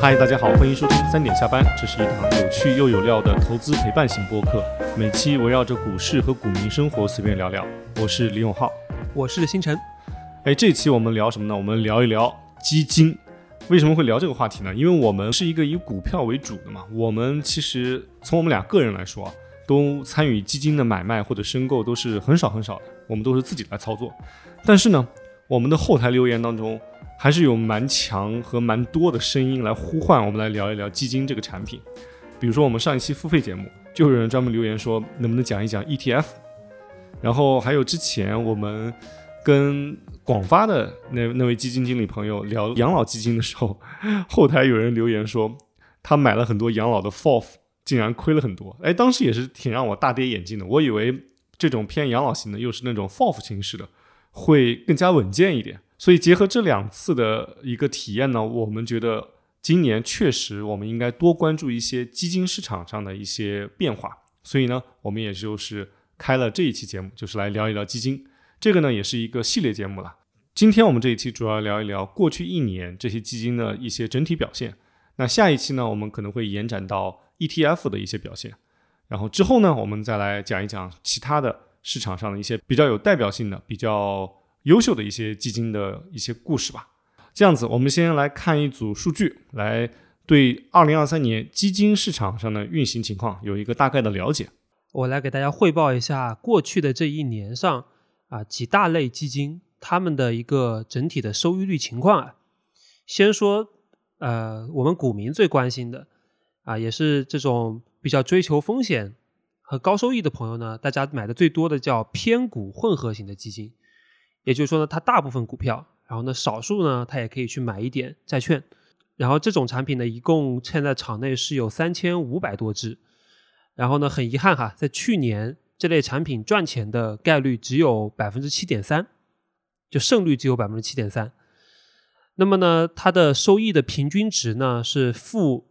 嗨，大家好，欢迎收听3点下班，这是一档有趣又有料的投资陪伴型播客，每期围绕着股市和股民生活随便聊聊。我是李永浩， 我是星辰。 这一期我们聊什么呢？我们聊一聊基金。为什么会聊这个话题呢？因为我们是一个以股票为主的嘛，我们其实从我们俩个人来说啊，都参与基金的买卖或者申购都是很少很少的，我们都是自己来操作。但是呢，我们的后台留言当中还是有蛮强和蛮多的声音来呼唤我们来聊一聊基金这个产品。比如说我们上一期付费节目就有人专门留言说能不能讲一讲 ETF， 然后还有之前我们跟广发的那位基金经理朋友聊养老基金的时候，后台有人留言说他买了很多养老的 FOF 竟然亏了很多。当时也是挺让我大跌眼镜的，我以为这种偏养老型的又是那种 FOF 形式的会更加稳健一点，所以结合这两次的一个体验呢，我们觉得今年确实我们应该多关注一些基金市场上的一些变化，所以呢我们也就是开了这一期节目，就是来聊一聊基金。这个呢也是一个系列节目了。今天我们这一期主要聊一聊过去一年这些基金的一些整体表现，那下一期呢我们可能会延展到 ETF 的一些表现，然后之后呢我们再来讲一讲其他的市场上的一些比较有代表性的比较优秀的一些基金的一些故事吧。这样子我们先来看一组数据，来对2023年基金市场上的运行情况有一个大概的了解。 我来给大家汇报一下过去的这一年上几大类基金他们的一个整体的收益率情况。先说我们股民最关心的也是这种比较追求风险和高收益的朋友呢，大家买的最多的叫偏股混合型的基金，也就是说呢，它大部分股票，然后呢少数呢它也可以去买一点债券，然后这种产品呢一共现在场内是有3500多只，然后呢很遗憾在去年这类产品赚钱的概率只有 7.3%， 就胜率只有 7.3%。 那么呢它的收益的平均值呢是负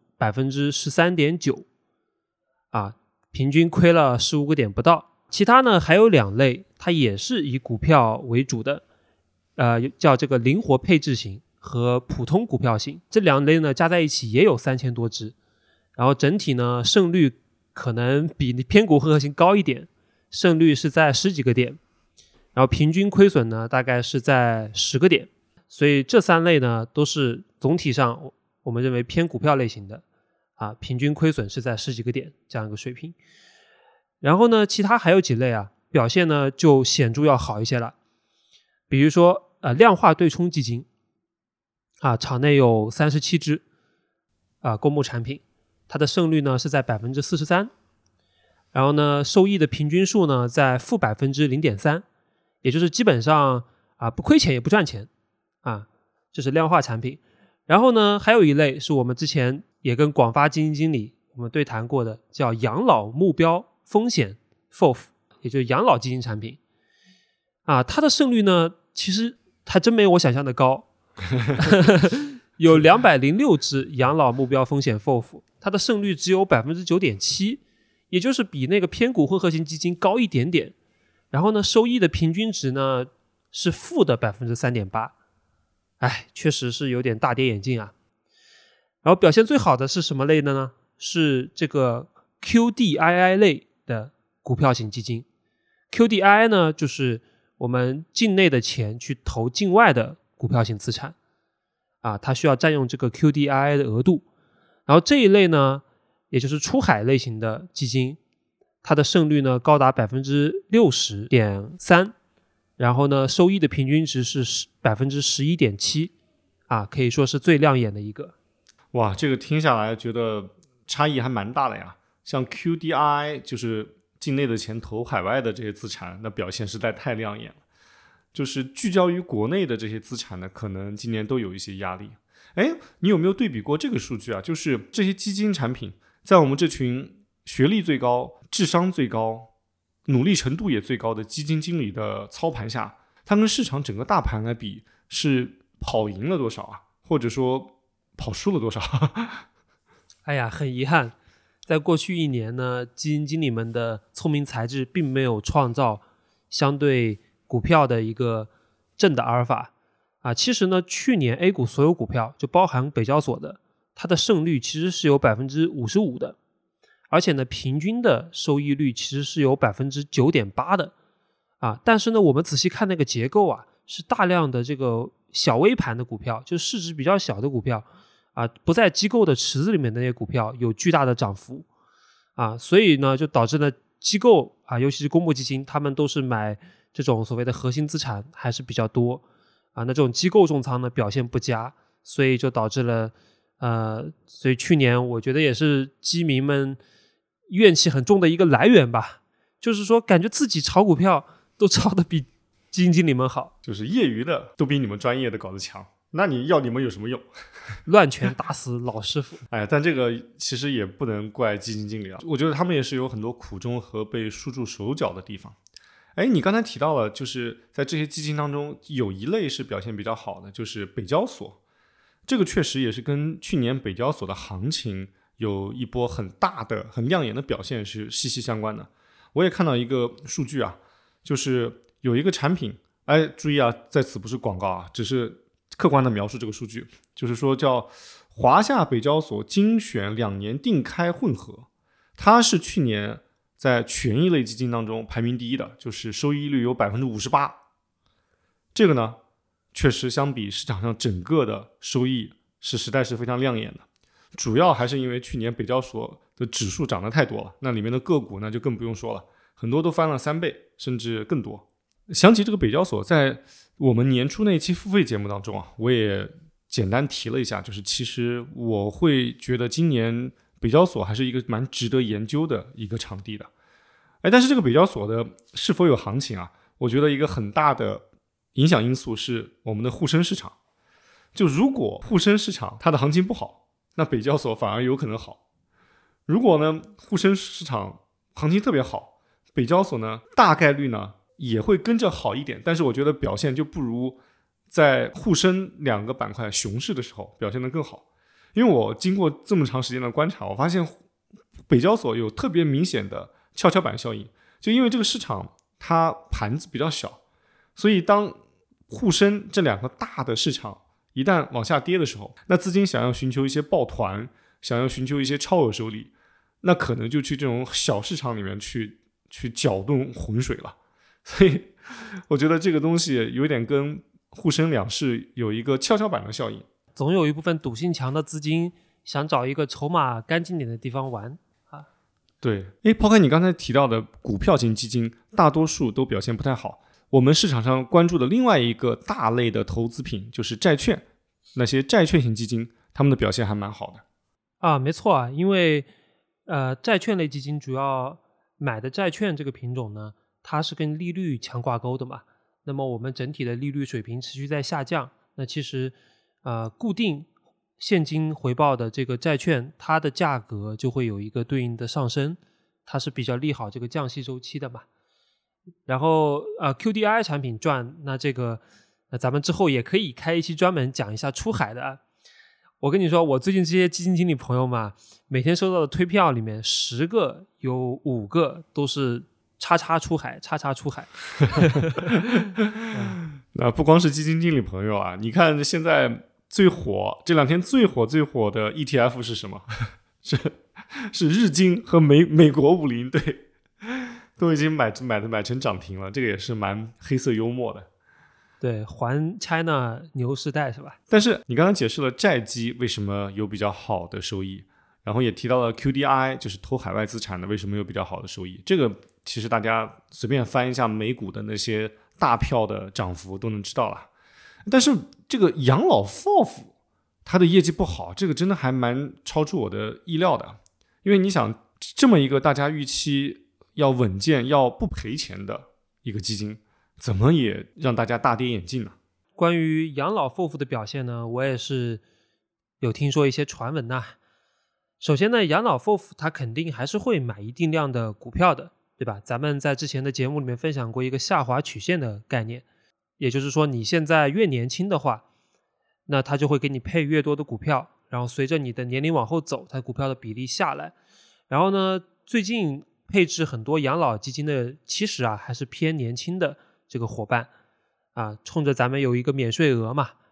13.9%， 平均亏了15个点不到。其他呢还有两类，它也是以股票为主的，叫这个灵活配置型和普通股票型，这两类呢加在一起也有3000多只，然后整体呢胜率可能比偏股混合型高一点，胜率是在10几个点，然后平均亏损呢大概是在10个点，所以这三类呢都是总体上我们认为偏股票类型的平均亏损是在10几个点这样一个水平。然后呢其他还有几类表现呢就显著要好一些了，比如说量化对冲基金场内有37只公募产品，它的胜率呢是在 43%， 然后呢收益的平均数呢在负 0.3%， 也就是基本上不亏钱也不赚钱这是量化产品。然后呢还有一类是我们之前也跟广发基金经理我们对谈过的，叫养老目标风险 FOF， 也就是养老基金产品它的胜率呢其实还真没有我想象的高有206只养老目标风险 FOF， 它的胜率只有 9.7%， 也就是比那个偏股混合型基金高一点点。然后呢收益的平均值呢是负的 3.8%， 确实是有点大跌眼镜然后表现最好的是什么类的呢？是这个 QDII 类的股票型基金。 QDII 呢就是我们境内的钱去投境外的股票型资产它需要占用这个 QDII 的额度。然后这一类呢也就是出海类型的基金，它的胜率呢高达 60.3%， 然后呢收益的平均值是 11.7%， 可以说是最亮眼的一个。 哇，这个听下来觉得差异还蛮大的呀。像 QDII 就是境内的钱投海外的这些资产，那表现实在太亮眼了。就是聚焦于国内的这些资产呢，可能今年都有一些压力。你有没有对比过这个数据就是这些基金产品在我们这群学历最高、智商最高、努力程度也最高的基金经理的操盘下，它跟市场整个大盘来比是跑赢了多少或者说跑输了多少？ 很遗憾，在过去一年呢，基金经理们的聪明才智并没有创造相对股票的一个正的阿尔法其实呢，去年 A 股所有股票就包含北交所的它的胜率其实是有 55% 的，而且呢平均的收益率其实是有 9.8% 的但是呢我们仔细看那个结构是大量的这个小微盘的股票，就市值比较小的股票不在机构的池子里面的那些股票有巨大的涨幅所以呢就导致了机构尤其是公募基金，他们都是买这种所谓的核心资产还是比较多那这种机构重仓呢表现不佳，所以就导致了所以去年我觉得也是基民们怨气很重的一个来源吧，就是说感觉自己炒股票都炒得比基金经理们好， 就是业余的都比你们专业的搞得强，那你要你们有什么用？ 乱拳打死老师傅。 但这个其实也不能怪基金经理我觉得他们也是有很多苦衷和被束住手脚的地方。你刚才提到了，就是在这些基金当中有一类是表现比较好的，就是北交所。这个确实也是跟去年北交所的行情有一波很大的很亮眼的表现是息息相关的。我也看到一个数据就是有一个产品注意在此不是广告只是客观的描述这个数据，就是说叫华夏北交所精选2年定开混合，它是去年在权益类基金当中排名第一的，就是收益率有 58%。 这个呢确实相比市场上整个的收益是实在是非常亮眼的，主要还是因为去年北交所的指数涨得太多了，那里面的个股呢就更不用说了，很多都翻了3倍甚至更多。想起这个北交所，在我们年初那一期付费节目当中我也简单提了一下，就是其实我会觉得今年北交所还是一个蛮值得研究的一个场地的。但是这个北交所的是否有行情我觉得一个很大的影响因素是我们的沪深市场。就如果沪深市场它的行情不好，那北交所反而有可能好。如果呢沪深市场行情特别好，北交所呢大概率呢也会跟着好一点，但是我觉得表现就不如在沪深2个板块熊市的时候表现得更好。因为我经过这么长时间的观察，我发现北交所有特别明显的跷跷板效应，就因为这个市场它盘子比较小，所以当沪深这2个大的市场一旦往下跌的时候，那资金想要寻求一些抱团，想要寻求一些超额收益，那可能就去这种小市场里面去搅动浑水了。所以我觉得这个东西有点跟沪深2市有一个跷跷板的效应， 总有一部分赌性强的资金想找一个筹码干净点的地方玩对。抛开你刚才提到的股票型基金大多数都表现不太好，我们市场上关注的另外一个大类的投资品就是债券，那些债券型基金他们的表现还蛮好的没错因为债券类基金主要买的债券这个品种呢，它是跟利率强挂钩的嘛，那么我们整体的利率水平持续在下降，那其实固定现金回报的这个债券，它的价格就会有一个对应的上升，它是比较利好这个降息周期的嘛。然后QDII 产品赚，那这个咱们之后也可以开一期专门讲一下出海的我跟你说，我最近这些基金经理朋友嘛，每天收到的推票里面10个有5个都是叉叉出海，叉叉出海那不光是基金经理朋友你看现在最火，这2天最火的 ETF 是什么？是日经和美国50，对，都已经买成涨停了，这个也是蛮黑色幽默的。 对，还 China 牛市代是吧？ 但是你刚才解释了债基为什么有比较好的收益，然后也提到了 QDII 就是投海外资产的为什么有比较好的收益，这个其实大家随便翻一下美股的那些大票的涨幅都能知道了。但是这个养老 FOF 它的业绩不好，这个真的还蛮超出我的意料的。因为你想这么一个大家预期要稳健要不赔钱的一个基金，怎么也让大家大跌眼镜呢？ 关于养老 FOF 的表现呢，我也是有听说一些传闻首先呢，养老 FOF 它肯定还是会买一定量的股票的，对吧？咱们在之前的节目里面分享过一个下滑曲线的概念，也就是说你现在越年轻的话，那它就会给你配越多的股票，然后随着你的年龄往后走，它股票的比例下来。然后呢，最近配置很多养老基金的其实还是偏年轻的这个伙伴冲着咱们有一个免税额嘛，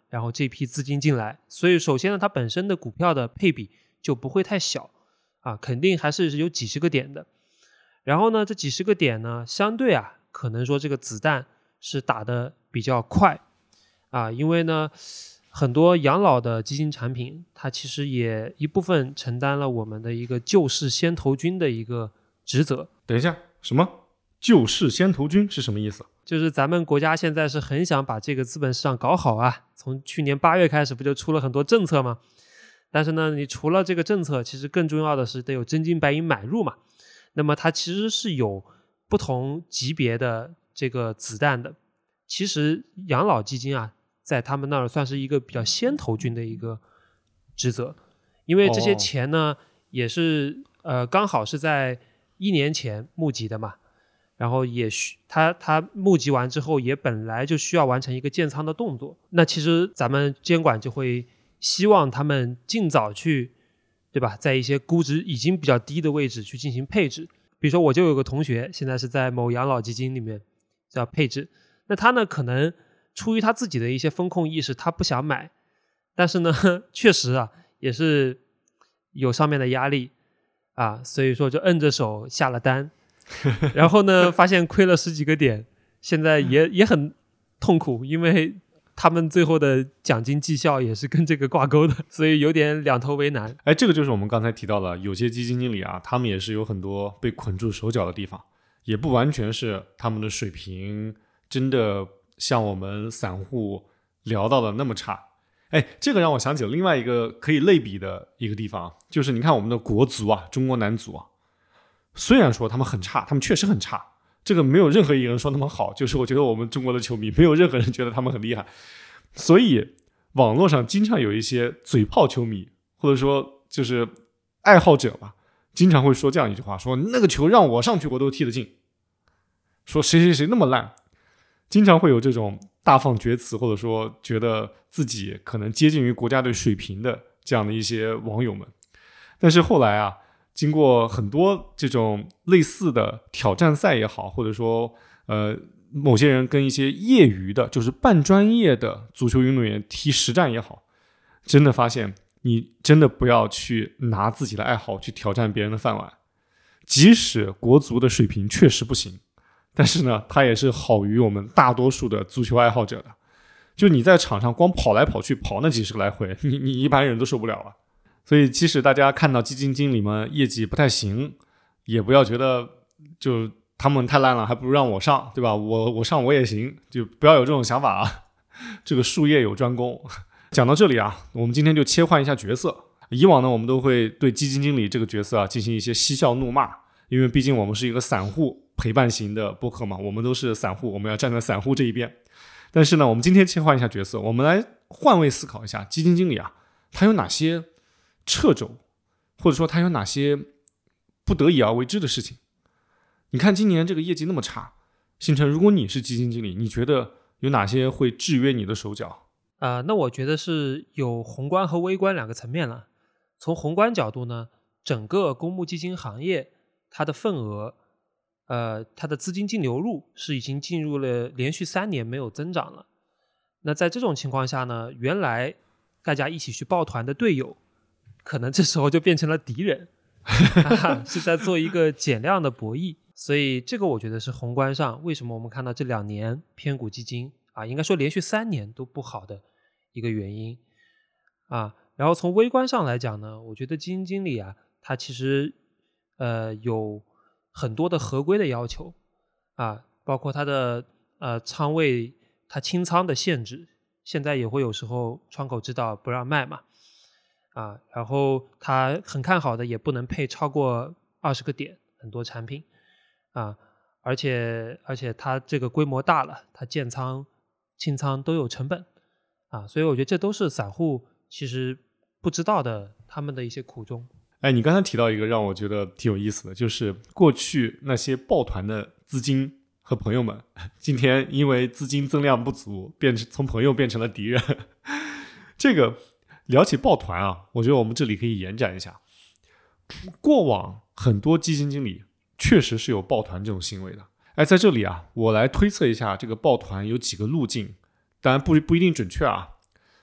然后这批资金进来，所以首先呢，它本身的股票的配比就不会太小啊，肯定还是有几十个点的。然后呢，这几十个点呢，相对可能说这个子弹是打得比较快啊，因为呢，很多养老的基金产品，它其实也一部分承担了我们的一个救市先头军的一个职责。 等一下，什么救市先头军是什么意思？ 就是咱们国家现在是很想把这个资本市场搞好啊，从去年8月开始不就出了很多政策吗？但是呢，你除了这个政策，其实更重要的是得有真金白银买入嘛。那么它其实是有不同级别的这个子弹的。其实养老基金在他们那儿算是一个比较先头军的一个职责，因为这些钱呢，也是刚好是在1年前募集的嘛，然后也他募集完之后，也本来就需要完成一个建仓的动作。那其实咱们监管就会希望他们尽早去，对吧？在一些估值已经比较低的位置去进行配置。比如说，我就有个同学现在是在某养老基金里面叫配置，那他呢可能出于他自己的一些风控意识，他不想买，但是呢，确实也是有上面的压力所以说就摁着手下了单，然后呢发现亏了10几个点，现在也很痛苦，因为他们最后的奖金绩效也是跟这个挂钩的，所以有点两头为难。 这个就是我们刚才提到的，有些基金经理他们也是有很多被捆住手脚的地方，也不完全是他们的水平真的像我们散户聊到的那么差。这个让我想起了另外一个可以类比的一个地方，就是你看我们的国足中国男足虽然说他们很差，他们确实很差，这个没有任何一个人说他们好，就是我觉得我们中国的球迷没有任何人觉得他们很厉害，所以网络上经常有一些嘴炮球迷，或者说就是爱好者吧，经常会说这样一句话，说那个球让我上去我都踢得进，说谁谁谁那么烂，经常会有这种大放厥词，或者说觉得自己可能接近于国家队水平的这样的一些网友们。但是后来经过很多这种类似的挑战赛也好，或者说某些人跟一些业余的就是半专业的足球运动员踢实战也好，真的发现你真的不要去拿自己的爱好去挑战别人的饭碗。即使国足的水平确实不行，但是呢，它也是好于我们大多数的足球爱好者的。就你在场上光跑来跑去，跑那几十个来回，你一般人都受不了。所以即使大家看到基金经理们业绩不太行，也不要觉得就他们太烂了，还不如让我上，对吧？我上我也行，就不要有这种想法这个术业有专攻。讲到这里我们今天就切换一下角色。以往呢，我们都会对基金经理这个角色进行一些嬉笑怒骂，因为毕竟我们是一个散户陪伴型的播客嘛，我们都是散户，我们要站在散户这一边。但是呢，我们今天切换一下角色，我们来换位思考一下，基金经理他有哪些掣肘，或者说他有哪些不得已而为之的事情。你看今年这个业绩那么差，星辰，如果你是基金经理，你觉得有哪些会制约你的手脚？ 那我觉得是有宏观和微观两个层面了。从宏观角度呢，整个公募基金行业它的份额它的资金净流入是已经进入了连续3年没有增长了。那在这种情况下呢，原来大家一起去抱团的队友，可能这时候就变成了敌人是在做一个减量的博弈。所以这个我觉得是宏观上为什么我们看到这2年偏股基金应该说连续3年都不好的一个原因然后从微观上来讲呢，我觉得基金经理他其实有很多的合规的要求包括他的仓位，他清仓的限制，现在也会有时候窗口知道不让卖嘛然后他很看好的也不能配超过20个点，很多产品而且他这个规模大了，他建仓清仓都有成本所以我觉得这都是散户其实不知道的他们的一些苦衷。 你刚才提到一个让我觉得挺有意思的，就是过去那些抱团的资金和朋友们，今天因为资金增量不足，从朋友变成了敌人。这个聊起抱团我觉得我们这里可以延展一下。过往很多基金经理确实是有抱团这种行为的。在这里我来推测一下这个抱团有几个路径，当然不一定准确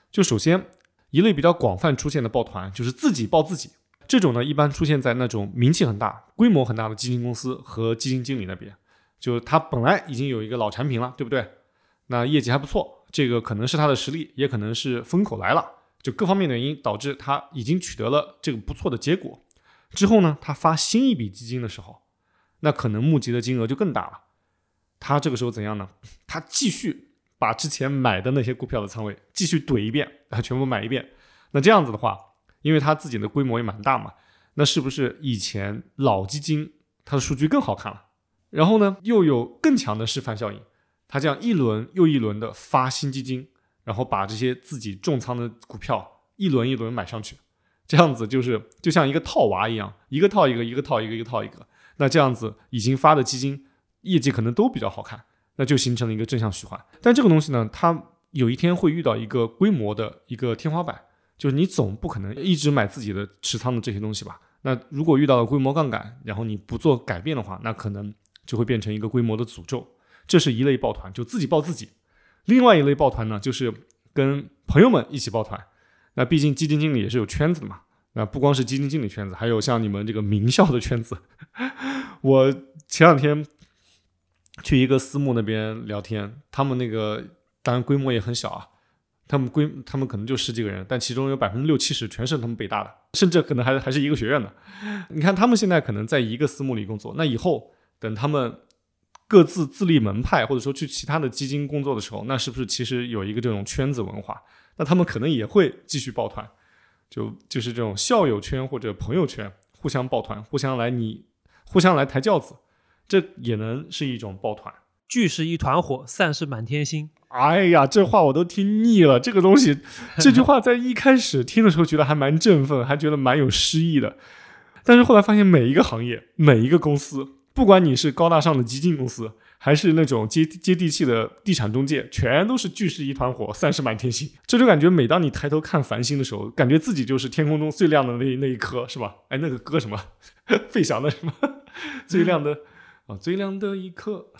就首先一类比较广泛出现的抱团就是自己抱自己，这种呢一般出现在那种名气很大、规模很大的基金公司和基金经理那边，就他本来已经有一个老产品了，对不对？那业绩还不错，这个可能是他的实力，也可能是风口来了，就各方面的原因导致他已经取得了这个不错的结果。之后呢，他发新一笔基金的时候，那可能募集的金额就更大了。他这个时候怎样呢？他继续把之前买的那些股票的仓位继续怼一遍，全部买一遍。那这样子的话，因为他自己的规模也蛮大嘛，那是不是以前老基金它的数据更好看了？然后呢，又有更强的示范效应，他这样一轮又一轮的发新基金，然后把这些自己重仓的股票一轮一轮买上去，这样子就像一个套娃一样，一个套一个，一个套一个，一个套一个。那这样子已经发的基金业绩可能都比较好看，那就形成了一个正向循环。但这个东西呢，它有一天会遇到一个规模的一个天花板，就是你总不可能一直买自己的持仓的这些东西吧？那如果遇到了规模杠杆，然后你不做改变的话，那可能就会变成一个规模的诅咒。这是一类抱团，就自己抱自己。另外一类抱团呢，就是跟朋友们一起抱团。那毕竟基金经理也是有圈子的嘛，那不光是基金经理圈子，还有像你们这个名校的圈子。我前两天去一个私募那边聊天，他们那个当然规模也很小啊，他们可能就10几个人，但其中有60-70%全是他们北大的，甚至可能还是一个学院的。你看他们现在可能在一个私募里工作，那以后等他们各自自立门派，或者说去其他的基金工作的时候，那是不是其实有一个这种圈子文化？那他们可能也会继续抱团，就是这种校友圈或者朋友圈互相抱团，互相来抬轿子，这也能是一种抱团。 聚是一团火，散是满天星。 哎呀，这话我都听腻了。这个东西，这句话在一开始听的时候觉得还蛮振奋，还觉得蛮有诗意的。但是后来发现，每一个行业、每一个公司，不管你是高大上的基金公司，还是那种接地气的地产中介，全都是聚是一团火，散是满天星。这就感觉每当你抬头看繁星的时候，感觉自己就是天空中最亮的那一颗，是吧？哎，那个歌什么？费翔的什么？最亮的最亮的一刻。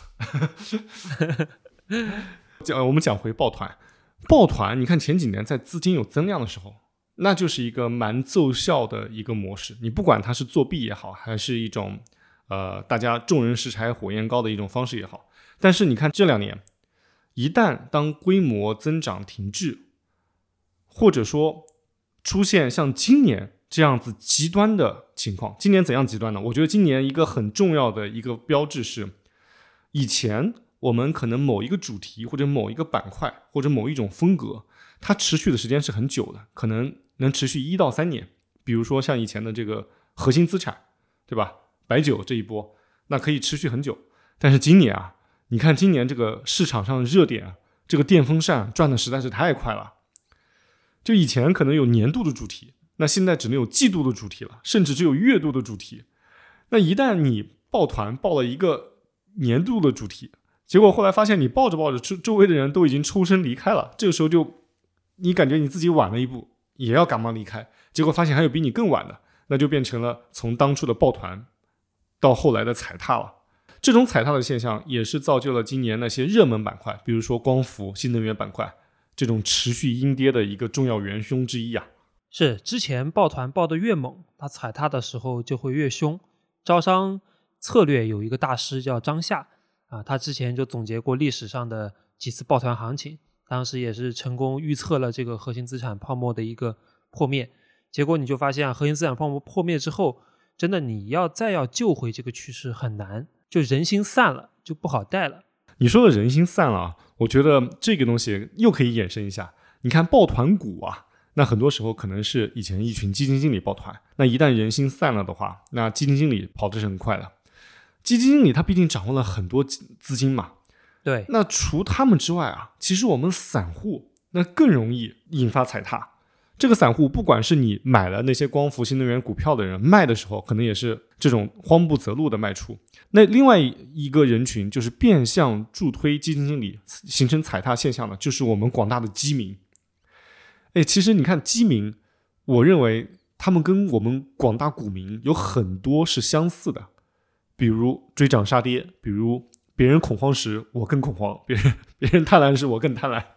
我们讲回抱团，你看前几年在资金有增量的时候，那就是一个蛮奏效的一个模式。你不管它是作弊也好，还是一种大家众人拾柴火焰高的一种方式也好，但是你看这2年，一旦当规模增长停滞，或者说出现像今年这样子极端的情况，今年怎样极端呢？我觉得今年一个很重要的一个标志是，以前我们可能某一个主题或者某一个板块或者某一种风格，它持续的时间是很久的，可能能持续1到3年。比如说像以前的这个核心资产，对吧？白酒这一波，那可以持续很久。但是今年啊，你看今年这个市场上热点，这个电风扇转的实在是太快了。就以前可能有年度的主题，那现在只能有季度的主题了，甚至只有月度的主题。那一旦你抱团抱了一个年度的主题，结果后来发现你抱着抱着，周围的人都已经抽身离开了，这个时候就你感觉你自己晚了一步，也要赶忙离开，结果发现还有比你更晚的，那就变成了从当初的抱团到后来的踩踏了。这种踩踏的现象也是造就了今年那些热门板块，比如说光伏、新能源板块，这种持续阴跌的一个重要元凶之一啊。 是，之前抱团抱得越猛，他踩踏的时候就会越凶。招商策略有一个大师叫张夏他之前就总结过历史上的几次抱团行情，当时也是成功预测了这个核心资产泡沫的一个破灭。结果你就发现核心资产泡沫破灭之后，真的你再要救回这个趋势很难，就人心散了，就不好带了。 你说的人心散了，我觉得这个东西又可以衍生一下。你看抱团股啊，那很多时候可能是以前一群基金经理抱团，那一旦人心散了的话，那基金经理跑的是很快的。基金经理他毕竟掌握了很多资金嘛， 对， 那除他们之外啊，其实我们散户那更容易引发踩踏。这个散户不管是你买了那些光伏新能源股票的人，卖的时候可能也是这种慌不择路的卖出。那另外一个人群就是变相助推基金经理形成踩踏现象的，就是我们广大的基民。其实你看基民，我认为他们跟我们广大股民有很多是相似的，比如追涨杀跌，比如别人恐慌时我更恐慌，别人贪婪时我更贪婪。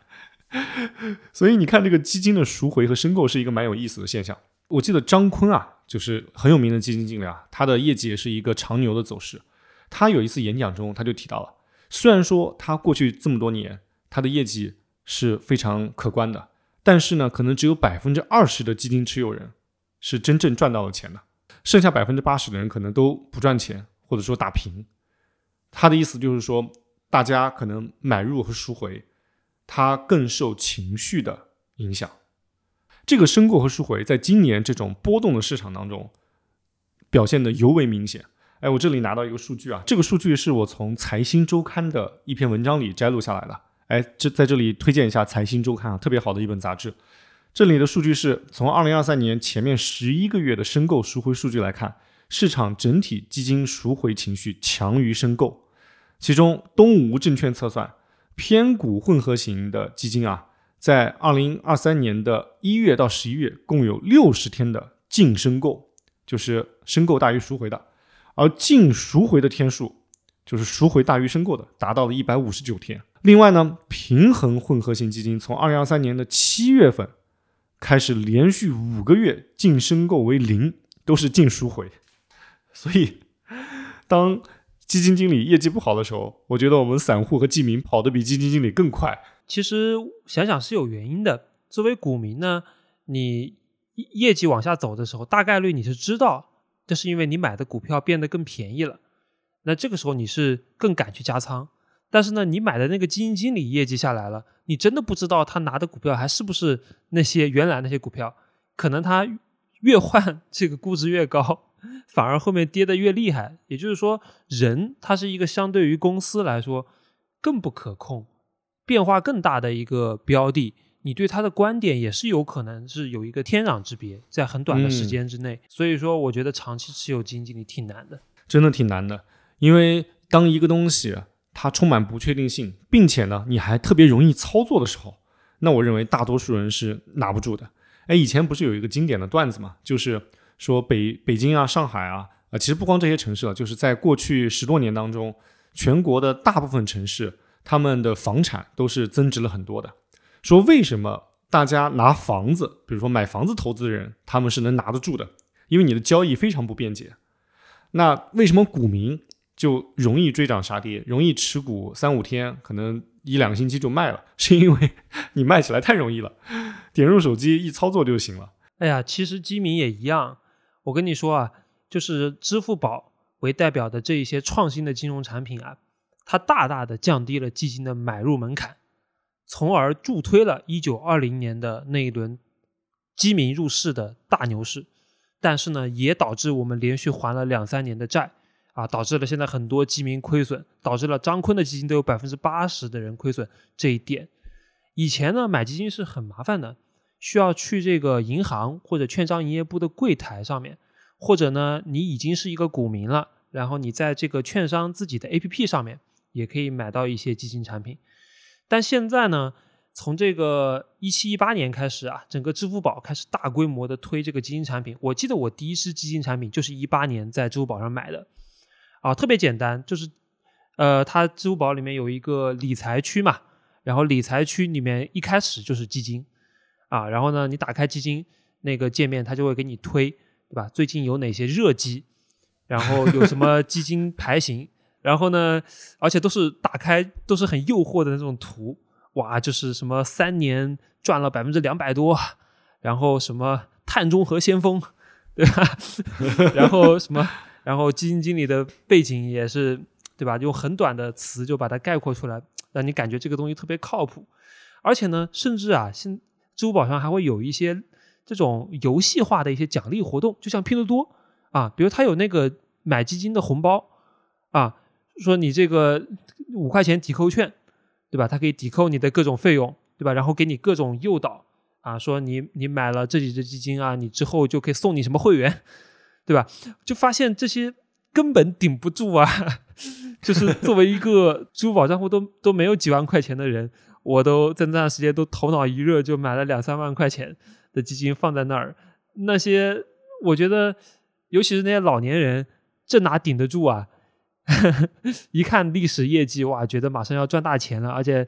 所以你看这个基金的赎回和申购是一个蛮有意思的现象。我记得张坤啊，就是很有名的基金经理啊，他的业绩也是一个长牛的走势。他有一次演讲中他就提到了，虽然说他过去这么多年他的业绩是非常可观的，但是呢可能只有 20% 的基金持有人是真正赚到了钱的，剩下 80% 的人可能都不赚钱，或者说打平。他的意思就是说，大家可能买入和赎回它更受情绪的影响。这个申购和赎回在今年这种波动的市场当中表现得尤为明显。我这里拿到一个数据啊，这个数据是我从财新周刊的一篇文章里摘录下来的。在这里推荐一下财新周刊啊，特别好的一本杂志。这里的数据是从2023年前面11个月的申购赎回数据来看，市场整体基金赎回情绪强于申购。其中东吴证券测算，偏股混合型的基金啊，在2023年的1月到11月共有60天的净申购，就是申购大于赎回的，而净赎回的天数，就是赎回大于申购的，达到了159天。另外呢，平衡混合型基金从2023年的7月份开始连续5个月净申购为0，都是净赎回。所以当基金经理业绩不好的时候，我觉得我们散户和基民跑得比基金经理更快。 其实想想是有原因的。作为股民呢，你业绩往下走的时候，大概率你是知道这是因为你买的股票变得更便宜了，那这个时候你是更敢去加仓。但是呢，你买的那个基金经理业绩下来了，你真的不知道他拿的股票还是不是那些原来那些股票，可能他越换这个估值越高，反而后面跌得越厉害。也就是说，人他是一个相对于公司来说更不可控、变化更大的一个标的，你对他的观点也是有可能是有一个天壤之别，在很短的时间之内。所以说我觉得长期持有基金经理挺难的， 真的挺难的。因为当一个东西它充满不确定性，并且呢你还特别容易操作的时候，那我认为大多数人是拿不住的。以前不是有一个经典的段子嘛，就是说北京啊、上海啊，其实不光这些城市了，就是在过去10多年当中，全国的大部分城市他们的房产都是增值了很多的。说为什么大家拿房子，比如说买房子投资的人，他们是能拿得住的，因为你的交易非常不便捷。那为什么股民就容易追涨杀跌，容易持股3-5天，可能1-2个星期就卖了，是因为你卖起来太容易了，点入手机一操作就行了。 其实基民也一样。我跟你说啊，就是支付宝为代表的这一些创新的金融产品啊，它大大的降低了基金的买入门槛，从而助推了1920年的那一轮基民入市的大牛市。但是呢，也导致我们连续还了2-3年的债啊，导致了现在很多基民亏损，导致了张坤的基金都有 80% 的人亏损。这一点以前呢，买基金是很麻烦的，需要去这个银行或者券商营业部的柜台上面，或者呢你已经是一个股民了，然后你在这个券商自己的 APP 上面也可以买到一些基金产品。但现在呢，从这个17-18年开始啊，整个支付宝开始大规模的推这个基金产品。我记得我第一支基金产品就是18年在支付宝上买的啊，特别简单，就是它支付宝里面有一个理财区嘛，然后理财区里面一开始就是基金啊，然后呢你打开基金那个界面，它就会给你推，对吧？最近有哪些热基，然后有什么基金排行，然后呢而且都是打开都是很诱惑的那种图，哇，就是什么3年赚了200%多，然后什么碳中和先锋，对吧？然后什么，然后基金经理的背景也是，对吧？用很短的词就把它概括出来，让你感觉这个东西特别靠谱。而且呢，甚至啊，支付宝上还会有一些这种游戏化的一些奖励活动，就像拼多多啊，比如它有那个买基金的红包啊，说你这个5块钱抵扣券，对吧？它可以抵扣你的各种费用，对吧？然后给你各种诱导啊，说你买了这几只基金啊，你之后就可以送你什么会员，对吧？就发现这些根本顶不住啊！就是作为一个支付宝账户都没有几万块钱的人，我都在那段时间都头脑一热，就买了2-3万块钱的基金放在那儿。那些我觉得，尤其是那些老年人，这哪顶得住啊？一看历史业绩，哇，觉得马上要赚大钱了，而且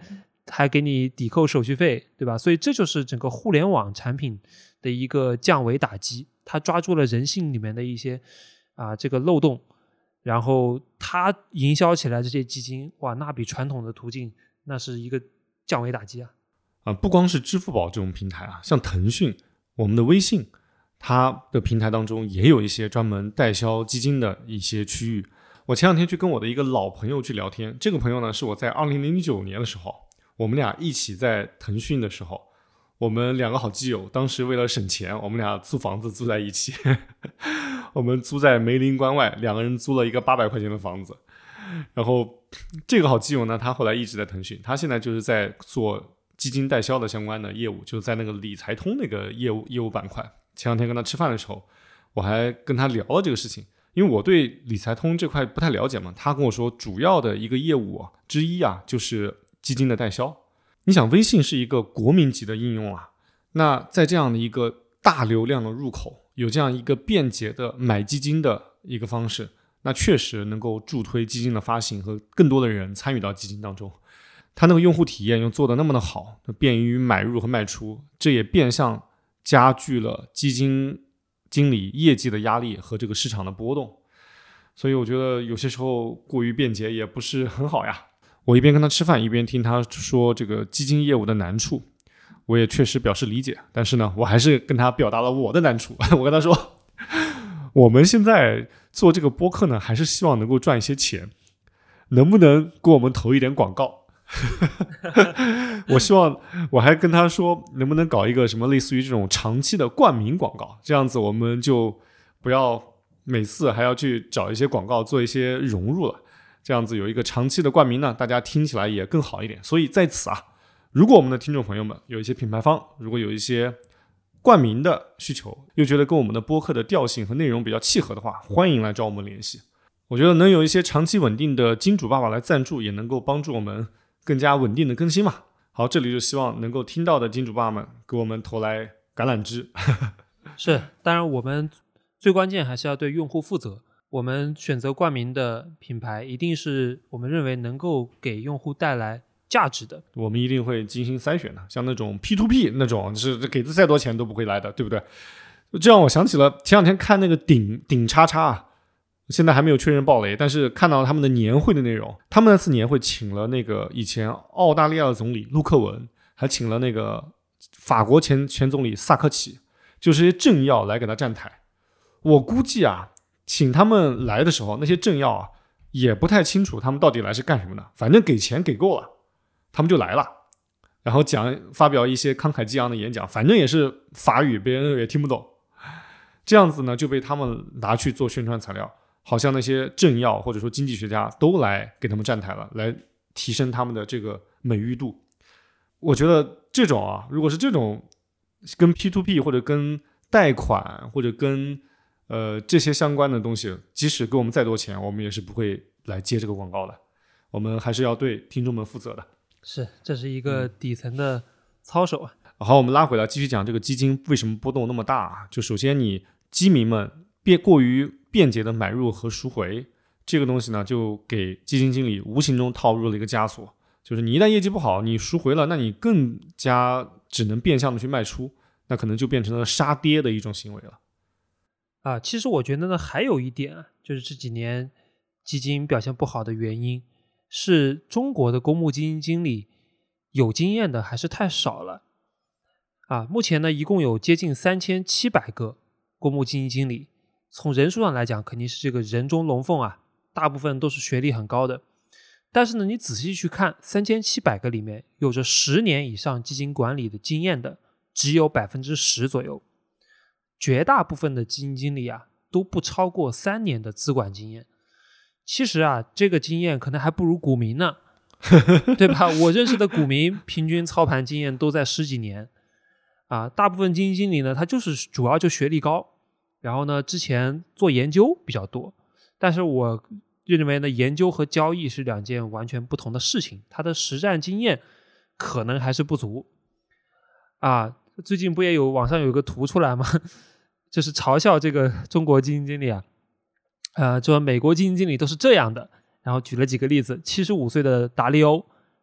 还给你抵扣手续费，对吧？所以这就是整个互联网产品的一个降维打击，它抓住了人性里面的一些这个漏洞，然后它营销起来这些基金，哇，那比传统的途径那是一个降维打击啊！ 不光是支付宝这种平台啊，像腾讯、我们的微信，它的平台当中也有一些专门代销基金的一些区域。我前两天去跟我的一个老朋友去聊天，这个朋友呢是我在2009年的时候，我们俩一起在腾讯的时候，我们两个好基友，当时为了省钱，我们俩租房子租在一起我们租在梅林关外，两个人租了一个800块钱的房子。然后这个好基友呢，他后来一直在腾讯，他现在就是在做基金代销的相关的业务，就是在那个理财通那个业务板块。前两天跟他吃饭的时候，我还跟他聊了这个事情，因为我对理财通这块不太了解嘛，他跟我说主要的一个业务之一就是基金的代销。你想微信是一个国民级的应用那在这样的一个大流量的入口，有这样一个便捷的买基金的一个方式，那确实能够助推基金的发行和更多的人参与到基金当中。它那个用户体验又做得那么的好，便于买入和卖出，这也变相加剧了基金经理业绩的压力和这个市场的波动。所以我觉得有些时候过于便捷也不是很好呀。我一边跟他吃饭，一边听他说这个基金业务的难处，我也确实表示理解，但是呢，我还是跟他表达了我的难处。我跟他说，我们现在做这个播客呢，还是希望能够赚一些钱，能不能给我们投一点广告？我希望，我还跟他说，能不能搞一个什么类似于这种长期的冠名广告，这样子我们就不要每次还要去找一些广告做一些融入了，这样子有一个长期的冠名呢，大家听起来也更好一点。所以在此如果我们的听众朋友们有一些品牌方，如果有一些冠名的需求，又觉得跟我们的播客的调性和内容比较契合的话，欢迎来找我们联系。我觉得能有一些长期稳定的金主爸爸来赞助，也能够帮助我们更加稳定的更新嘛。好，这里就希望能够听到的金主爸爸们给我们投来橄榄枝。 是，当然我们最关键还是要对用户负责。我们选择冠名的品牌，一定是我们认为能够给用户带来价值的。 我们一定会精心筛选的，像那种 P2P 那种，是给再多钱都不会来的，对不对？这让我想起了前两天看那个顶叉叉，现在还没有确认爆雷，但是看到他们的年会的内容，他们那次年会请了那个以前澳大利亚的总理陆克文，还请了那个法国前总理萨科齐，就是一些政要来给他站台。我估计请他们来的时候，那些政要也不太清楚他们到底来是干什么的，反正给钱给够了，他们就来了，然后发表一些慷慨激昂的演讲，反正也是法语，别人也听不懂。这样子呢，就被他们拿去做宣传材料，好像那些政要或者说经济学家都来给他们站台了，来提升他们的这个美誉度。我觉得这种如果是这种跟 P2P 或者跟贷款或者跟这些相关的东西，即使给我们再多钱，我们也是不会来接这个广告的。我们还是要对听众们负责的。 是，这是一个底层的操守好，我们拉回来继续讲这个基金为什么波动那么大就首先你基民们过于便捷的买入和赎回，这个东西呢，就给基金经理无形中套入了一个枷锁，就是你一旦业绩不好，你赎回了，那你更加只能变相的去卖出，那可能就变成了杀跌的一种行为了。 其实我觉得呢，还有一点就是这几年基金表现不好的原因，是中国的公募基金经理有经验的还是太少了。目前呢，一共有接近3700个公募基金经理，从人数上来讲，肯定是这个人中龙凤大部分都是学历很高的。但是呢，你仔细去看，3700个里面，有着10年以上基金管理的经验的，只有10%左右。绝大部分的基金经理都不超过3年的资管经验。其实这个经验可能还不如股民呢，对吧？我认识的股民平均操盘经验都在10几年大部分基金经理呢，他就是主要就学历高，然后呢之前做研究比较多，但是我认为呢，研究和交易是两件完全不同的事情，他的实战经验可能还是不足最近不也有网上有个图出来吗？就是嘲笑这个中国基金经理就说美国基金经理都是这样的，然后举了几个例子，75岁的达利欧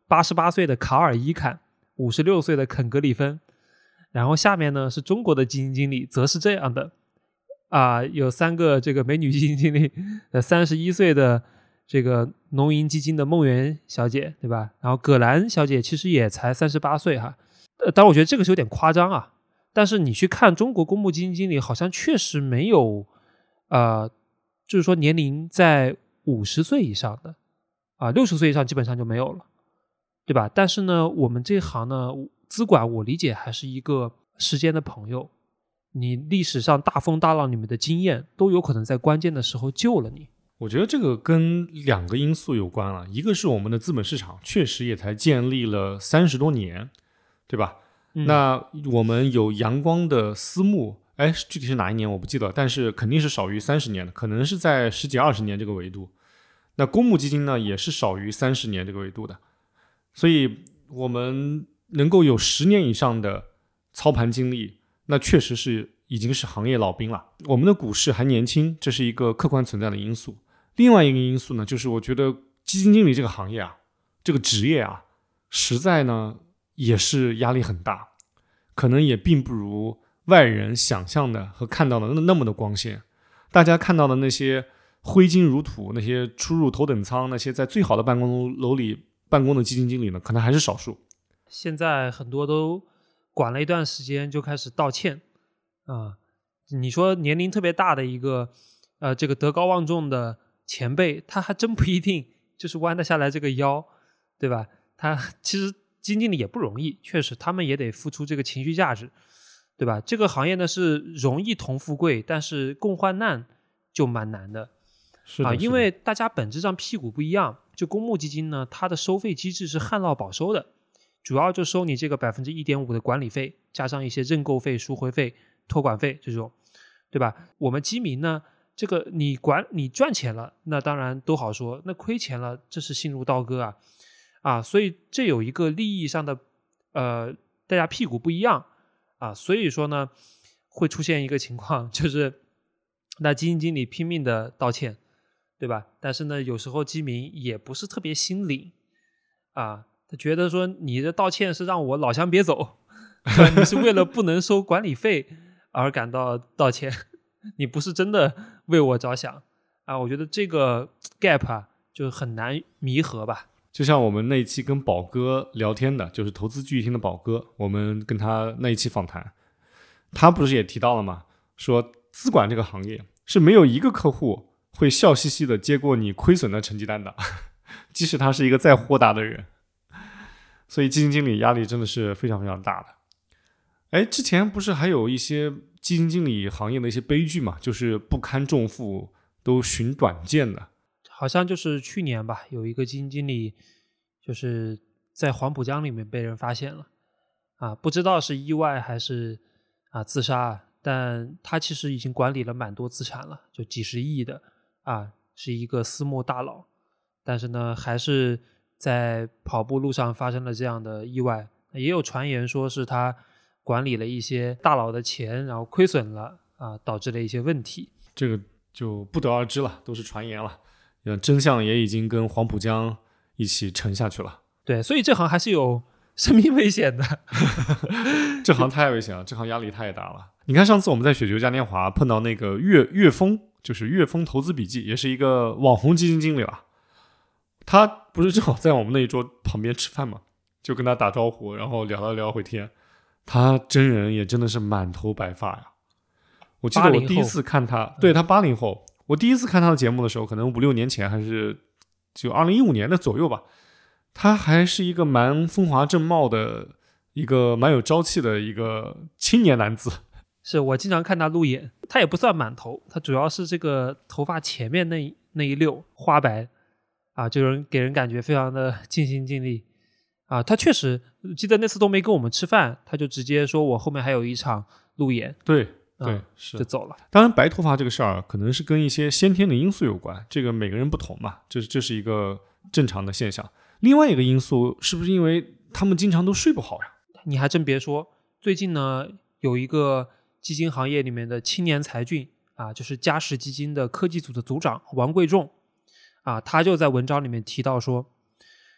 88岁的卡尔伊坎，56岁的肯格里芬，然后下面呢是中国的基金经理，则是这样的有3个这个美女基金经理，31岁的这个农银基金的孟媛小姐，对吧？然后葛兰小姐其实也才38岁哈，当然我觉得这个是有点夸张啊，但是你去看中国公募基金经理，好像确实没有就是说年龄在50岁以上的60岁以上基本上就没有了，对吧？但是呢，我们这行呢，资管我理解还是一个时间的朋友，你历史上大风大浪里面的经验都有可能在关键的时候救了你。 我觉得这个跟2个因素有关了，一个是我们的资本市场确实也才建立了30多年，对吧？那我们有阳光的私募，具体是哪一年我不记得，但是肯定是少于30年的，可能是在10几20年这个维度。那公募基金呢，也是少于30年这个维度的，所以我们能够有10年以上的操盘经历，那确实是已经是行业老兵了。我们的股市还年轻，这是一个客观存在的因素。另外一个因素呢，就是我觉得基金经理这个行业这个职业实在呢也是压力很大，可能也并不如外人想象的和看到的那么的光鲜。大家看到的那些挥金如土，那些出入头等舱，那些在最好的办公楼里办公的基金经理呢，可能还是少数。 现在很多都管了一段时间就开始道歉你说年龄特别大的一个这个德高望重的前辈，他还真不一定就是弯得下来这个腰，对吧？他其实基金经理也不容易，确实他们也得付出这个情绪价值，对吧？这个行业呢是容易同富贵，但是共患难就蛮难的。 是的， 因为大家本质上屁股不一样。就公募基金呢，它的收费机制是旱涝保收的，主要就收你这个 1.5% 的管理费，加上一些认购费、赎回费、托管费这种，对吧？我们基民呢，这个你赚钱了，那当然都好说，那亏钱了，这是心如刀割所以这有一个利益上的大家屁股不一样所以说呢，会出现一个情况，就是那基金经理拼命的道歉，对吧？但是呢，有时候基民也不是特别心领他觉得说你的道歉是让我老乡别走，你是为了不能收管理费而感到道歉，你不是真的为我着想我觉得这个 gap 就很难弥合吧。 就像我们那一期跟宝哥聊天的，就是投资聚义厅的宝哥，我们跟他那一期访谈，他不是也提到了吗？说资管这个行业是没有一个客户会笑嘻嘻的接过你亏损的成绩单的，即使他是一个再豁达的人。所以基金经理压力真的是非常非常大的。之前不是还有一些基金经理行业的一些悲剧嘛，就是不堪重负都寻短见的。 好像就是去年吧，有一个基金经理就是在黄浦江里面被人发现了不知道是意外还是自杀，但他其实已经管理了蛮多资产了，就几十亿的是一个私募大佬，但是呢还是在跑步路上发生了这样的意外。也有传言说是他管理了一些大佬的钱，然后亏损了导致了一些问题。 这个就不得而知了，都是传言了。真相也已经跟黄浦江一起沉下去了。 对，所以这行还是有生命危险的。 这行太危险了，这行压力太大了。你看上次我们在雪球嘉年华碰到那个岳峰，就是岳峰投资笔记，也是一个网红基金经理了。他不是正好在我们那一桌旁边吃饭吗？就跟他打招呼，然后聊了聊会天。他真人也真的是满头白发呀。我记得我第一次看他，对，他80后。我第一次看他的节目的时候，可能5、6年前，还是就2015年的左右吧。他还是一个蛮风华正茂的，一个蛮有朝气的一个青年男子。 是我经常看他路演，他也不算满头，他主要是这个头发前面那一溜花白就给人感觉非常的尽心尽力他确实记得那次都没跟我们吃饭，他就直接说我后面还有一场路演。 对，是就走了。 当然白头发这个事儿可能是跟一些先天的因素有关，这个每个人不同嘛，这是一个正常的现象。另外一个因素是不是因为他们经常都睡不好呀？ 你还真别说，最近呢有一个基金行业里面的青年才俊就是嘉实基金的科技组的组长王贵仲他就在文章里面提到说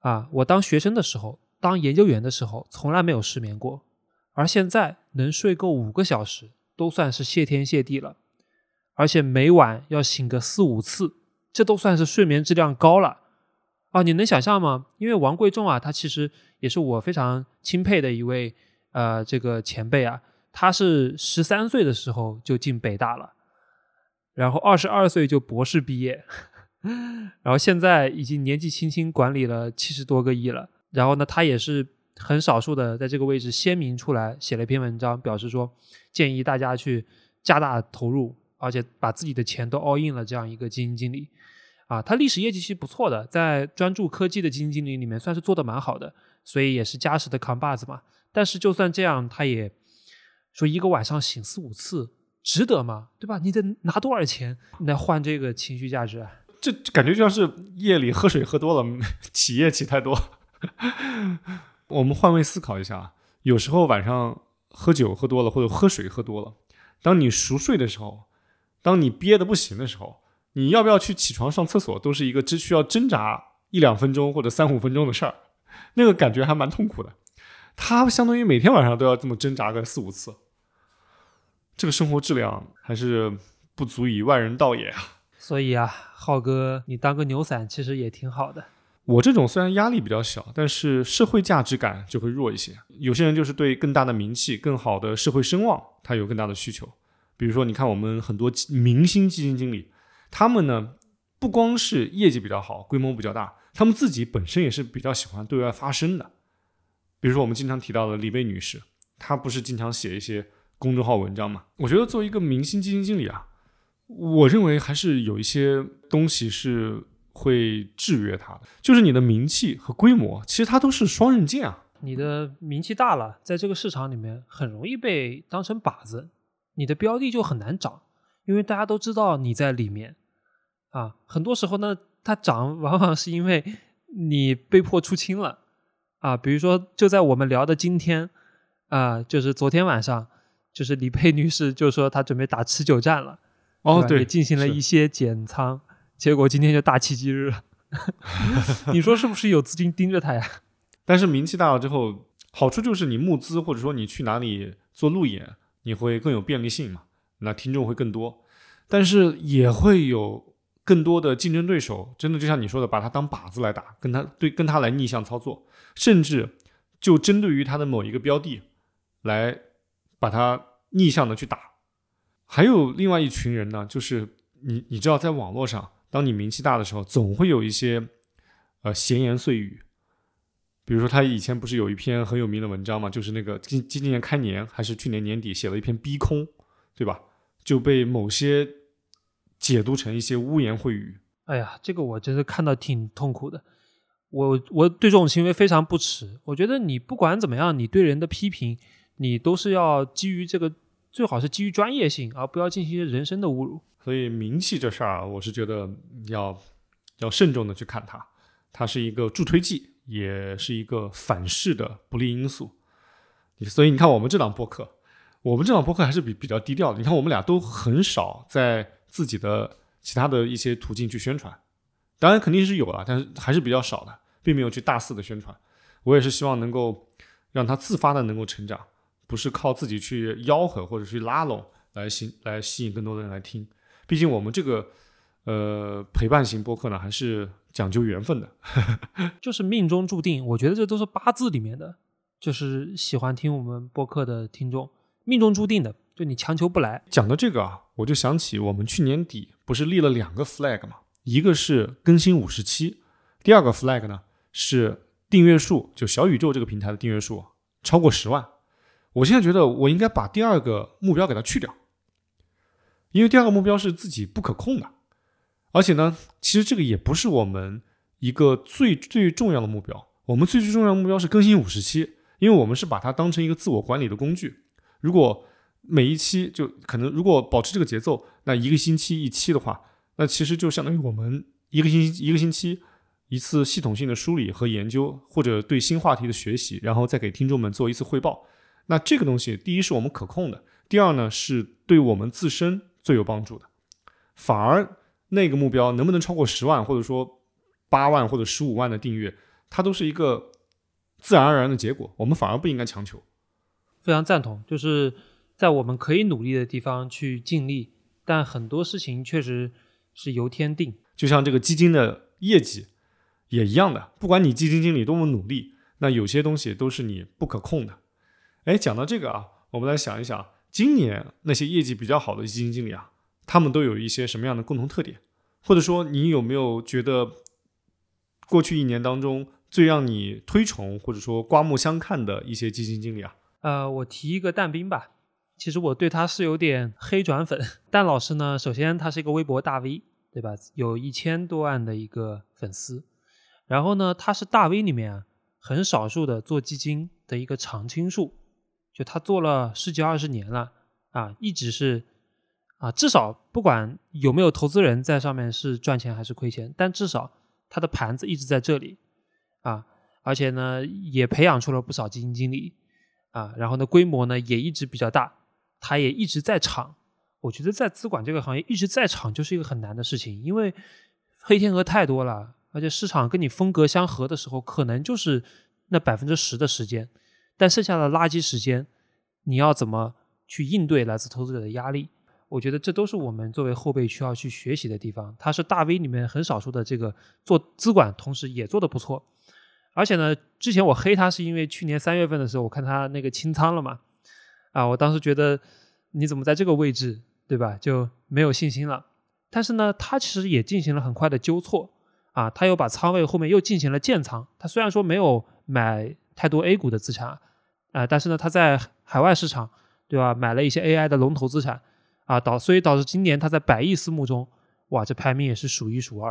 我当学生的时候，当研究员的时候，从来没有失眠过，而现在能睡够5个小时，都算是谢天谢地了。而且每晚要醒个4-5次，这都算是睡眠质量高了。你能想象吗？因为王贵重他其实也是我非常钦佩的一位这个前辈他是13岁的时候就进北大了，然后22岁就博士毕业，然后现在已经年纪轻轻管理了70多个亿了。然后呢，他也是很少数的在这个位置鲜明出来写了一篇文章，表示说建议大家去加大投入，而且把自己的钱都 all in 了这样一个基金经理。他历史业绩是不错的，在专注科技的基金经理里面算是做得蛮好的，所以也是嘉实的扛把子嘛。但是就算这样，他也说一个晚上醒4-5次值得吗？对吧？你得拿多少钱来换这个情绪价值这感觉就像是夜里喝水喝多了，起夜起太多。我们换位思考一下，有时候晚上喝酒喝多了，或者喝水喝多了，当你熟睡的时候，当你憋得不行的时候，你要不要去起床上厕所，都是一个只需要挣扎1-2分钟或者3-5分钟的事儿，那个感觉还蛮痛苦的。他相当于每天晚上都要这么挣扎个4-5次，这个生活质量还是不足以外人道也所以浩哥，你当个牛散其实也挺好的。 我这种虽然压力比较小，但是社会价值感就会弱一些。有些人就是对更大的名气、更好的社会声望，他有更大的需求。比如说，你看我们很多明星基金经理，他们呢不光是业绩比较好、规模比较大，他们自己本身也是比较喜欢对外发声的。比如说我们经常提到的李贝女士，她不是经常写一些公众号文章嘛？我觉得作为一个明星基金经理我认为还是有一些东西是会制约他的，就是你的名气和规模，其实它都是双刃剑你的名气大了，在这个市场里面很容易被当成靶子，你的标的就很难涨，因为大家都知道你在里面很多时候呢，它涨往往是因为你被迫出清了比如说就在我们聊的今天就是昨天晚上，就是李佩女士就说她准备打持久战了对， 也进行了一些减仓，结果今天就大奇迹日了。你说是不是有资金盯着他呀？ 但是名气大了之后，好处就是你募资或者说你去哪里做路演，你会更有便利性嘛，那听众会更多。但是也会有更多的竞争对手，真的就像你说的，把他当靶子来打，跟他来逆向操作，甚至就针对于他的某一个标的来把他逆向的去打。还有另外一群人呢，就是你知道，在网络上，当你名气大的时候，总会有一些闲言碎语。比如说他以前不是有一篇很有名的文章嘛，就是那个今年开年还是去年年底写了一篇逼空，对吧？就被某些解读成一些污言秽语。 哎呀，这个我真是看到挺痛苦的。我对这种行为非常不耻。我觉得你不管怎么样，你对人的批评，你都是要基于这个，最好是基于专业性，而不要进行人身的侮辱。 所以名气这事儿我是觉得要慎重的去看它，它是一个助推剂，也是一个反噬的不利因素。所以你看我们这档播客还是比较低调的。你看我们俩都很少在自己的其他的一些途径去宣传，当然肯定是有了，但是还是比较少的，并没有去大肆的宣传。我也是希望能够让它自发的能够成长，不是靠自己去吆喝或者去拉拢来吸引更多的人来听。毕竟我们这个陪伴型播客呢，还是讲究缘分的。 就是命中注定，我觉得这都是八字里面的，就是喜欢听我们播客的听众，命中注定的，就你强求不来。 讲到这个我就想起我们去年底不是立了2个 flag 吗？一个是更新50期，第二个 flag 呢是订阅数，就小宇宙这个平台的订阅数超过10万。我现在觉得我应该把第二个目标给它去掉，因为第二个目标是自己不可控的，而且呢，其实这个也不是我们一个最重要的目标。我们最重要的目标是更新50期，因为我们是把它当成一个自我管理的工具。如果每一期就可能，如果保持这个节奏，那一个星期1期的话，那其实就相当于我们一个星期一次系统性的梳理和研究，或者对新话题的学习，然后再给听众们做一次汇报。那这个东西，第一是我们可控的，第二呢是对我们自身最有帮助的。反而那个目标能不能超过10万，或者说8万或者15万的订阅， 它都是一个自然而然的结果，我们反而不应该强求。 非常赞同，就是在我们可以努力的地方去尽力，但很多事情确实是由天定。 就像这个基金的业绩也一样的，不管你基金经理多么努力，那有些东西都是你不可控的。讲到这个啊，我们来想一想，今年那些业绩比较好的基金经理啊，他们都有一些什么样的共同特点？或者说你有没有觉得过去一年当中最让你推崇或者说刮目相看的一些基金经理啊？ 我提一个但兵吧，其实我对他是有点黑转粉。但老师呢，首先他是一个微博大 V， 对吧？有1000多万的一个粉丝。然后呢，他是大 V 里面啊很少数的做基金的一个常青树，就他做了10几20年了啊，一直是至少不管有没有投资人在上面是赚钱还是亏钱，但至少他的盘子一直在这里啊，而且呢也培养出了不少基金经理啊，然后呢规模呢也一直比较大，他也一直在场。我觉得在资管这个行业一直在场就是一个很难的事情，因为黑天鹅太多了，而且市场跟你风格相合的时候可能就是那10%的时间，但剩下的垃圾时间你要怎么去应对来自投资者的压力？我觉得这都是我们作为后辈需要去学习的地方。他是大 V 里面很少数的这个做资管同时也做得不错。而且呢，之前我黑他是因为去年3月份的时候我看他那个清仓了嘛，我当时觉得你怎么在这个位置，对吧，就没有信心了。但是呢他其实也进行了很快的纠错他又把仓位后面又进行了建仓。他虽然说没有买太多 A 股的资产但是呢他在海外市场，对吧，买了一些 AI 的龙头资产所以导致今年他在100亿私募中，哇，这排名也是数1数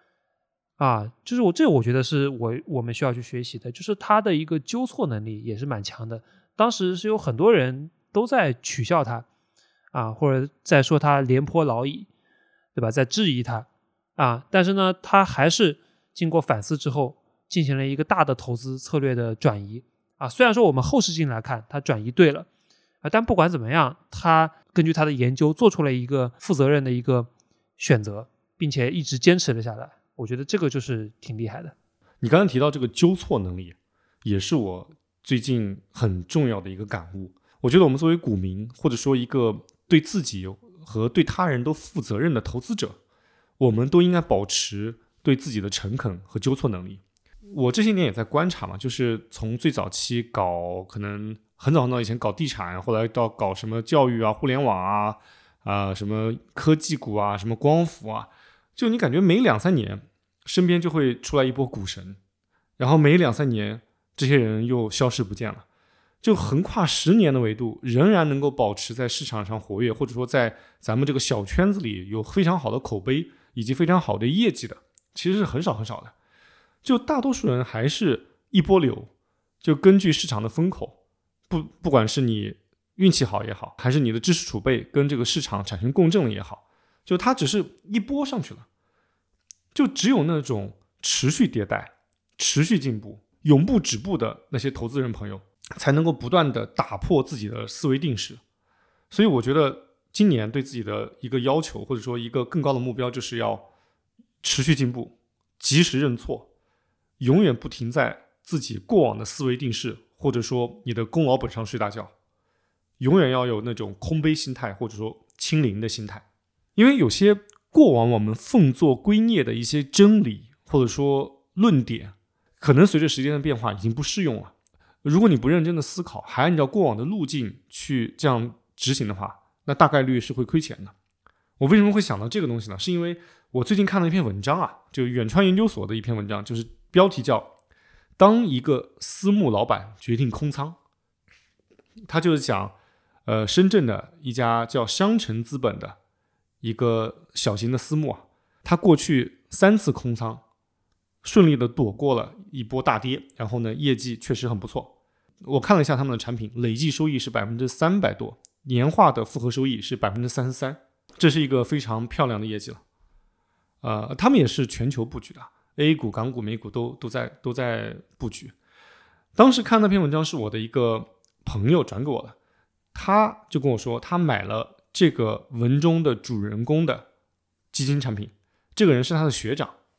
2就是我觉得是我们需要去学习的，就是他的一个纠错能力也是蛮强的。当时是有很多人都在取笑他或者在说他廉颇老矣，对吧，在质疑他但是呢他还是经过反思之后进行了一个大的投资策略的转移虽然说我们后视镜来看他转移对了但不管怎么样，他根据他的研究做出了一个负责任的一个选择，并且一直坚持了下来。我觉得这个就是挺厉害的。 你刚才提到这个纠错能力，也是我最近很重要的一个感悟。我觉得我们作为股民，或者说一个对自己和对他人都负责任的投资者，我们都应该保持对自己的诚恳和纠错能力。我这些年也在观察嘛，就是从最早期搞可能很早以前搞地产，后来到搞什么教育互联网什么科技股什么光伏就你感觉每2-3年身边就会出来一波股神，然后每2-3年这些人又消失不见了，就横跨10年的维度仍然能够保持在市场上活跃，或者说在咱们这个小圈子里有非常好的口碑以及非常好的业绩的，其实是很少很少的。就大多数人还是一波流，就根据市场的风口，不管是你运气好也好，还是你的知识储备跟这个市场产生共振了也好，就它只是一波上去了。就只有那种持续迭代、持续进步、永不止步的那些投资人朋友，才能够不断的打破自己的思维定式。所以我觉得今年对自己的一个要求，或者说一个更高的目标，就是要持续进步，及时认错，永远不停在自己过往的思维定式，或者说你的功劳本上睡大觉，永远要有那种空杯心态，或者说清零的心态。因为有些过往我们奉作圭臬的一些真理或者说论点，可能随着时间的变化已经不适用了。如果你不认真的思考，还按照过往的路径去这样执行的话，那大概率是会亏钱的。我为什么会想到这个东西呢？是因为我最近看了一篇文章就远川研究所的一篇文章，就是标题叫当一个私募老板决定空仓。他就是讲深圳的一家叫香城资本的一个小型的私募他过去3次空仓顺利的躲过了一波大跌，然后呢业绩确实很不错。我看了一下他们的产品，累计收益是300%多，年化的复合收益是33%，这是一个非常漂亮的业绩了。他们也是全球布局的 ，A 股、港股、美股都在布局。当时看那篇文章是我的一个朋友转给我的，他就跟我说他买了这个文中的主人公的基金产品，这个人是他的学长。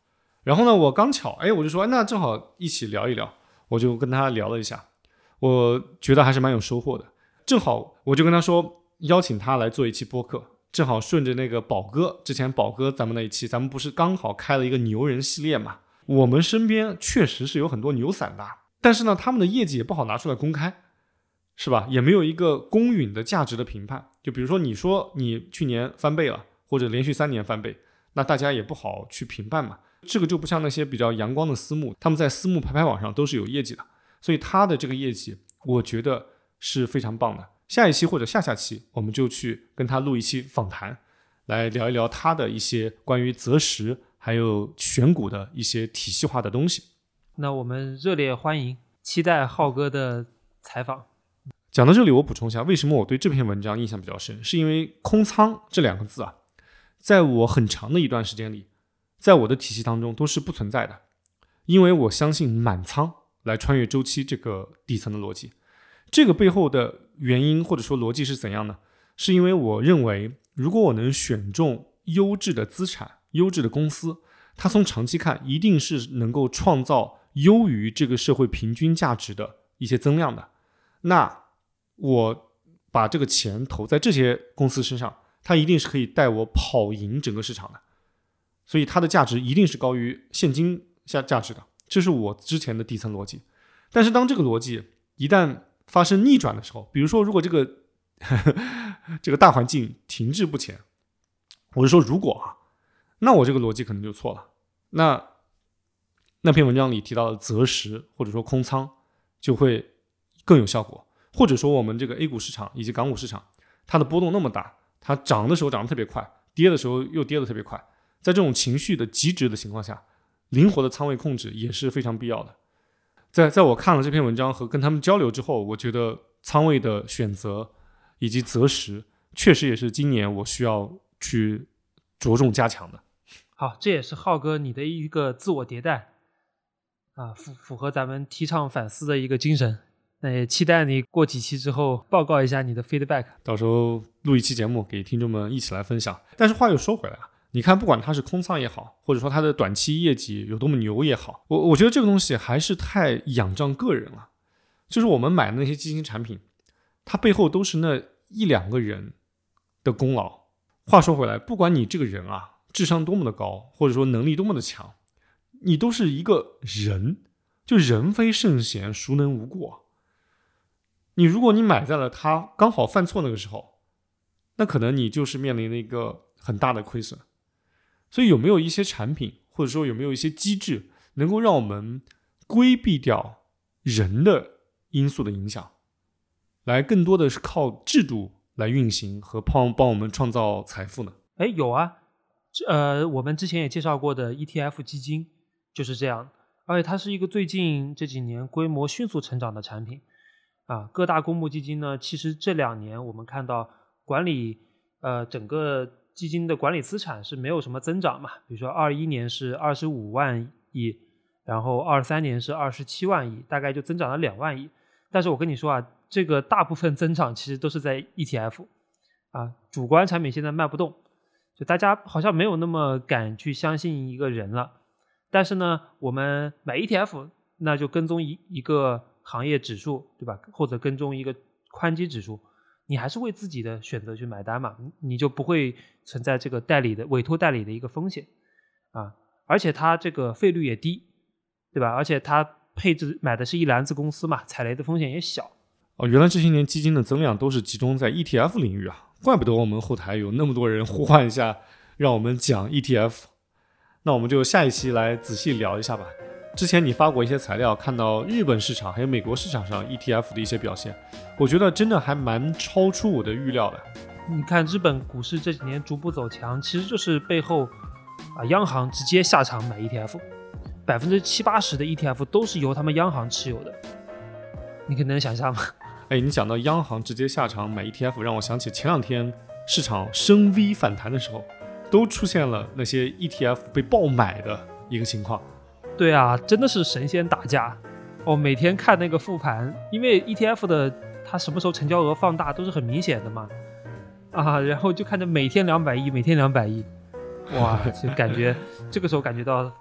然后呢，我刚巧，我就说，那正好一起聊一聊，我就跟他聊了一下，我觉得还是蛮有收获的。正好我就跟他说，邀请他来做一期播客，正好顺着那个宝哥，之前宝哥咱们那一期，咱们不是刚好开了一个牛人系列嘛？我们身边确实是有很多牛散的，但是呢，他们的业绩也不好拿出来公开，是吧？也没有一个公允的价值的评判。就比如说，你说你去年翻倍了，或者连续3年翻倍，那大家也不好去评判嘛。这个就不像那些比较阳光的私募，他们在私募排网上都是有业绩的，所以他的这个业绩，我觉得是非常棒的。下一期或者下下期，我们就去跟他录一期访谈，来聊一聊他的一些关于择时还有选股的一些体系化的东西。 那我们热烈欢迎，期待浩哥的采访。 讲到这里，我补充一下，为什么我对这篇文章印象比较深，是因为空仓这2个字啊，在我很长的一段时间里，在我的体系当中都是不存在的，因为我相信满仓来穿越周期这个底层的逻辑。这个背后的原因或者说逻辑是怎样呢？是因为我认为，如果我能选中优质的资产、优质的公司，它从长期看一定是能够创造优于这个社会平均价值的一些增量的。那我把这个钱投在这些公司身上，它一定是可以带我跑赢整个市场的，所以它的价值一定是高于现金价值的，这是我之前的底层逻辑。但是当这个逻辑一旦发生逆转的时候，比如说如果这个这个大环境停滞不前，我就说如果那我这个逻辑可能就错了。那篇文章里提到的择时或者说空仓就会更有效果。或者说我们这个 A 股市场以及港股市场，它的波动那么大，它涨的时候涨得特别快，跌的时候又跌得特别快，在这种情绪的极值的情况下，灵活的仓位控制也是非常必要的。在我看了这篇文章和跟他们交流之后，我觉得仓位的选择以及择时确实也是今年我需要去着重加强的。 好，这也是浩哥你的一个自我迭代符合咱们提倡反思的一个精神。那也期待你过几期之后报告一下你的 feedback， 到时候录一期节目给听众们一起来分享。但是话又说回来你看不管它是空仓也好，或者说它的短期业绩有多么牛也好，我觉得这个东西还是太仰仗个人了。就是我们买的那些基金产品，它背后都是那1-2个人的功劳。话说回来，不管你这个人智商多么的高，或者说能力多么的强，你都是一个人，就人非圣贤，孰能无过。如果你买在了他刚好犯错那个时候，那可能你就是面临了一个很大的亏损。所以有没有一些产品，或者说有没有一些机制，能够让我们规避掉人的因素的影响，来更多的是靠制度来运行和帮我们创造财富呢？ 有我们之前也介绍过的 ETF 基金就是这样，而且它是一个最近这几年规模迅速成长的产品。各大公募基金呢，其实这2年我们看到管理整个基金的管理资产是没有什么增长嘛，比如说21年是25万亿，然后23年是27万亿，大概就增长了2万亿。但是我跟你说这个大部分增长其实都是在 ETF 主观产品现在卖不动，就大家好像没有那么敢去相信一个人了。但是呢，我们买 ETF 那就跟踪一个行业指数，对吧？或者跟踪一个宽基指数，你还是为自己的选择去买单嘛，你就不会存在这个委托代理的一个风险而且它这个费率也低，对吧？而且它配置买的是一篮子公司嘛，踩雷的风险也小。 原来这些年基金的增量都是集中在 ETF 领域怪不得我们后台有那么多人呼唤一下让我们讲 ETF。 那我们就下一期来仔细聊一下吧。之前你发过一些材料，看到日本市场还有美国市场上 ETF 的一些表现，我觉得真的还蛮超出我的预料的。 你看日本股市这几年逐步走强，其实就是背后央行直接下场买 ETF，70%-80%的 ETF 都是由他们央行持有的，你可能想象吗？ 你讲到央行直接下场买 ETF， 让我想起前2天市场升 V 反弹的时候，都出现了那些 ETF 被爆买的一个情况。 对真的是神仙打架每天看那个复盘，因为 ETF 的它什么时候成交额放大都是很明显的嘛然后就看着每天200亿，每天200亿，哇，就感觉这个时候感觉到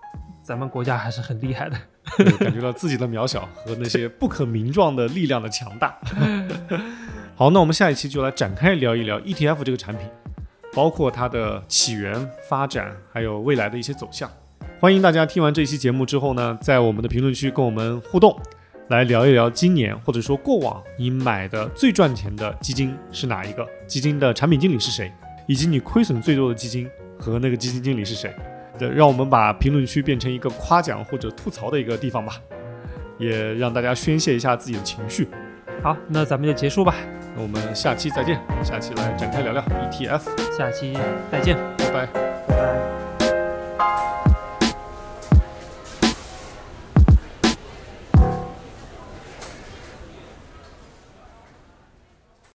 咱们国家还是很厉害的。 对，感觉到自己的渺小和那些不可名状的力量的强大。好，那我们下一期就来展开聊一聊 ETF 这个产品，包括它的起源、发展，还有未来的一些走向。欢迎大家听完这一期节目之后呢，在我们的评论区跟我们互动，来聊一聊今年或者说过往你买的最赚钱的基金是哪一个，基金的产品经理是谁，以及你亏损最多的基金和那个基金经理是谁。让我们把评论区变成一个夸奖或者吐槽的一个地方吧，也让大家宣泄一下自己的情绪。 好，那咱们就结束吧。 那我们下期再见，下期来展开聊聊 ETF。 下期再见， 拜拜。